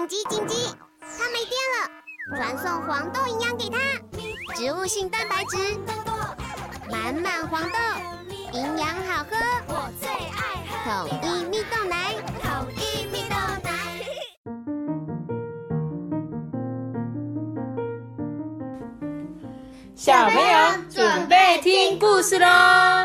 紧急！它没电了，传送黄豆营养给它，植物性蛋白质，满满黄豆，营养好喝，我最爱喝统一蜜豆奶，统一蜜豆奶。 小朋友准备听故事咯！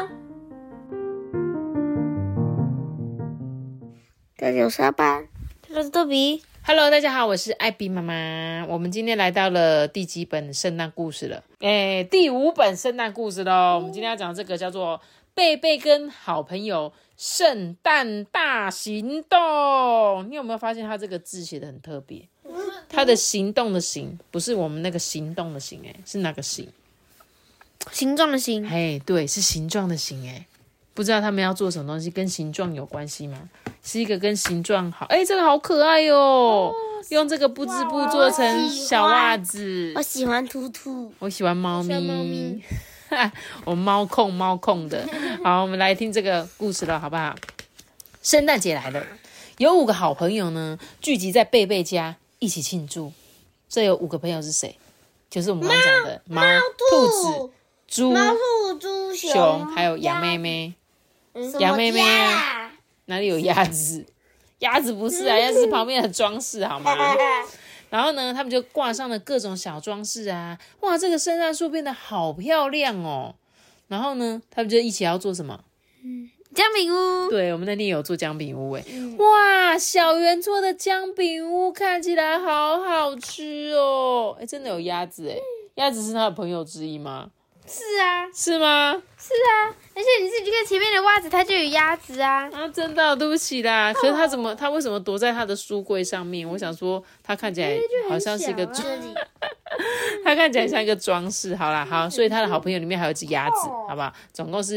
大家好，我是阿爸，我是豆比。 Hello， 大家好，我是艾比妈妈。我们今天来到了第几本圣诞故事了？第5本圣诞故事咯。我们今天要讲这个叫做《贝贝跟好朋友圣诞大行动》。你有没有发现它这个字写得很特别？它的行动的行不是我们那个行动的行，是哪个行？ 形状的形。 对，是形状的形。不知道他们要做什么东西跟形状有关系吗？是一个跟形状好，这个好可爱哦，用这个布织布做成小袜子。 我喜欢兔兔， 我喜欢猫咪，我猫控的。好，我们来听这个故事了，好不好？圣诞节来了，有5个好朋友呢，聚集在贝贝家一起庆祝。这有5个朋友是谁？就是我们刚讲的猫、兔子、猪、熊，还有羊妹妹。羊妹妹啊，哪里有鸭子？鸭子不是啊，鸭子是旁边的装饰，好吗？然后呢，他们就挂上了各种小装饰啊，哇，这个圣诞树变得好漂亮哦。然后呢，他们就一起要做什么？ 姜饼屋。 对，我们那天有做姜饼屋哇，小圆做的姜饼屋看起来好好吃哦。真的有鸭子鸭子是他的朋友之一吗？ 是啊。 是吗？ 是啊，而且你自己看前面的袜子，它就有鸭子啊。 真的对不起啦。可是他为什么躲在他的书柜上面？我想说，他看起来好像是一个他看起来像一个装饰。好啦，好，所以他的好朋友里面还有一只鸭子，好不好？总共是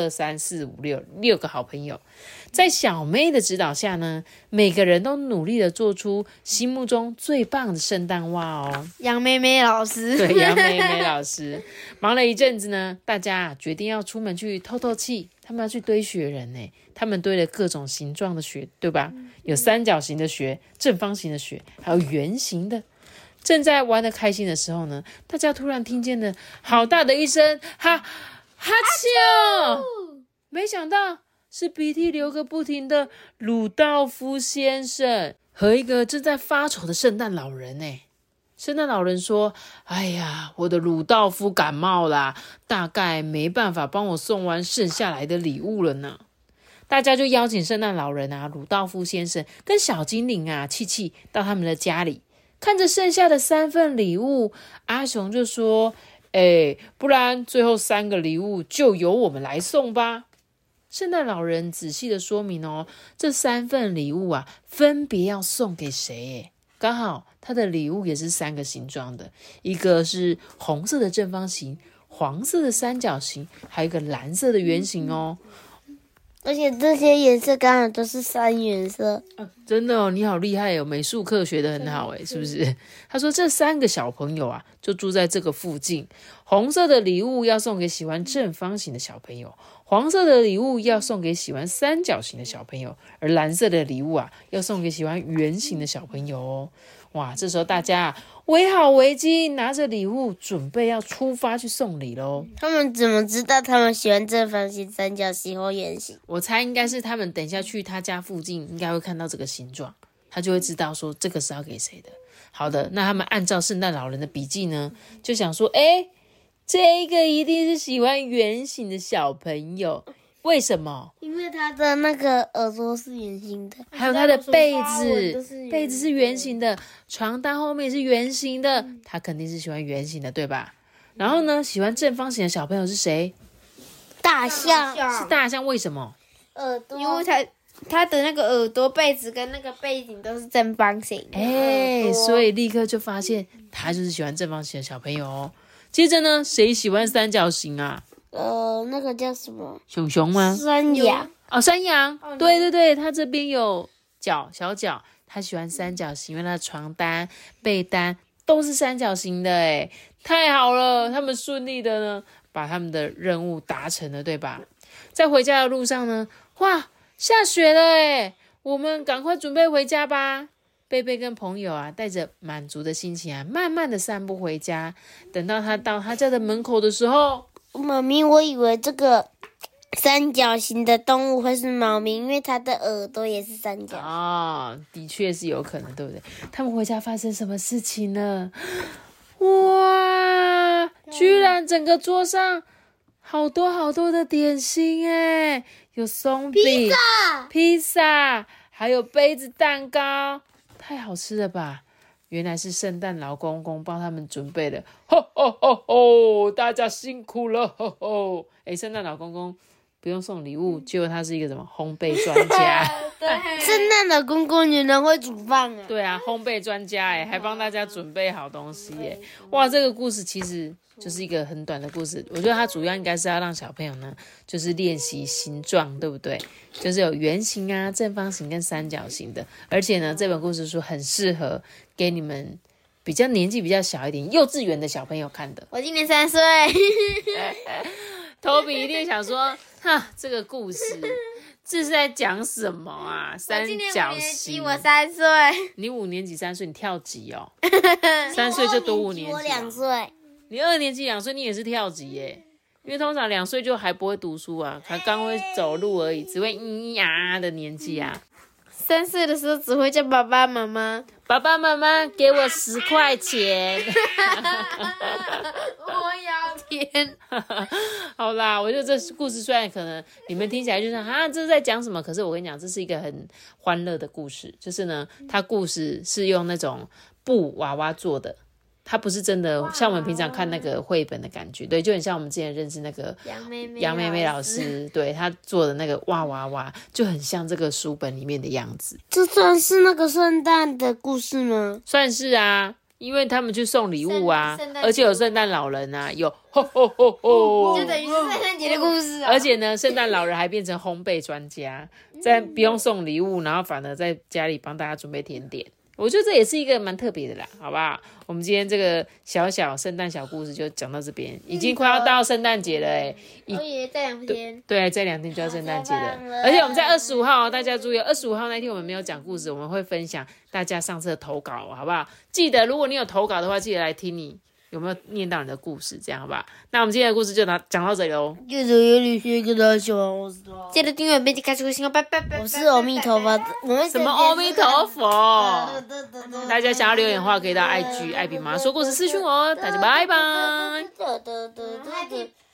1、2、3、4、5、6个好朋友。在小妹的指导下呢，每个人都努力的做出心目中最棒的圣诞袜哦。 杨妹妹老师， 对，杨妹妹老师忙了一阵子呢，大家决定要出门去透透气。他们要去堆雪人呢，他们堆了各种形状的雪，对吧？有三角形的雪、正方形的雪，还有圆形的。正在玩得开心的时候呢，大家突然听见了好大的一声哈啾，没想到是鼻涕流个不停的鲁道夫先生和一个正在发愁的圣诞老人圣诞老人说：哎呀，我的鲁道夫感冒啦，大概没办法帮我送完剩下来的礼物了呢。大家就邀请圣诞老人鲁道夫先生跟小精灵气气到他们的家里，看着剩下的3份礼物，阿雄就说：不然最后3个礼物就由我们来送吧。圣诞老人仔细的说明这3份礼物分别要送给谁刚好他的礼物也是3个形状的，一个是红色的正方形，黄色的三角形，还有一个蓝色的圆形而且这些颜色刚好都是3原色。 真的你好厉害美术课学得很好是不是？他说这3个小朋友就住在这个附近，红色的礼物要送给喜欢正方形的小朋友，黄色的礼物要送给喜欢三角形的小朋友，而蓝色的礼物要送给喜欢圆形的小朋友哇，这时候大家围好围巾，拿着礼物准备要出发去送礼咯。 他们怎么知道他们喜欢正方形、三角形或圆形？ 我猜应该是他们等一下去他家附近应该会看到这个形状，他就会知道说这个是要给谁的。好的，那他们按照圣诞老人的笔记呢，就想说这个一定是喜欢圆形的小朋友。为什么？ 因为他的那个耳朵是圆形的， 还有他的被子是圆形的，床单后面是圆形的，他肯定是喜欢圆形的，对吧？然后呢，喜欢正方形的小朋友是谁？ 大象。 是大象，为什么？ 耳朵，因为他的那个耳朵、被子跟那个背景都是正方形的。 所以立刻就发现他就是喜欢正方形的小朋友接着呢，谁喜欢三角形那个叫什么？ 熊熊吗？ 山羊。 山羊。对，他这边有小脚，他喜欢三角形，因为他的床单、被单都是三角形的太好了，他们顺利的呢把他们的任务达成了，对吧？在回家的路上呢，哇，下雪了我们赶快准备回家吧。 贝贝跟朋友啊，带着满足的心情啊，慢慢的散步回家。等到他到他家的门口的时候， 妈咪，我以为这个三角形的动物会是猫咪，因为它的耳朵也是三角。 的确是有可能，对不对？他们回家发生什么事情呢？哇，居然整个桌上好多好多的点心哎，有松饼、披萨，还有杯子蛋糕，太好吃了吧！原来是圣诞老公公帮他们准备的，吼吼吼吼！大家辛苦了，吼吼！圣诞老公公不用送礼物，结果他是一个什么烘焙专家？ 圣诞老公公原来会煮饭啊！ 对啊，烘焙专家还帮大家准备好东西哇，这个故事其实就是一个很短的故事，我觉得它主要应该是要让小朋友呢，就是练习形状，对不对？就是有圆形啊、正方形跟三角形的，而且呢，这本故事书很适合给你们年纪比较小一点、幼稚园的小朋友看的。 我今年3岁。 Toby 一定想说，这个故事这是在讲什么啊？三角形。 我3岁。 你5年级3岁，你跳级哦？3岁就读5年级。 我2岁。 你2年级2岁，你也是跳级耶？因为通常2岁就还不会读书啊，才刚会走路而已，只会咿呀的年纪啊。 3岁的时候只会叫爸爸妈妈， 爸爸妈妈给我10块钱。 我要天。 好啦，我觉得这故事虽然可能你们听起来就是这是在讲什么，可是我跟你讲，这是一个很欢乐的故事。就是呢，它故事是用那种布娃娃做的。它不是真的像我们平常看那个绘本的感觉，对，就很像我们之前认识那个杨妹妹老师，对，她做的那个娃娃就很像这个书本里面的样子。 这算是那个圣诞的故事吗？ 算是啊，因为他们去送礼物啊，而且有圣诞老人啊，有吼吼吼吼， 就等于是圣诞节的故事啊。 而且呢，圣诞老人还变成烘焙专家，不用送礼物，然后反而在家里帮大家准备甜点。我觉得这也是一个蛮特别的啦，好不好？我们今天这个小圣诞小故事就讲到这边，已经快要到圣诞节了再2天。 对，再2天就要圣诞节了。而且我们在25号，大家注意，25号那天我们没有讲故事，我们会分享大家上次的投稿，好不好？记得如果你有投稿的话，记得来听你有没有念到你的故事，这样好不好？那我们今天的故事就讲到这里咯。 记得订阅并且开启新拜拜。我是阿弥陀佛。 什么阿弥陀佛？大家想要留言的话，可以到 IG 艾比妈说故事私讯我。大家拜拜。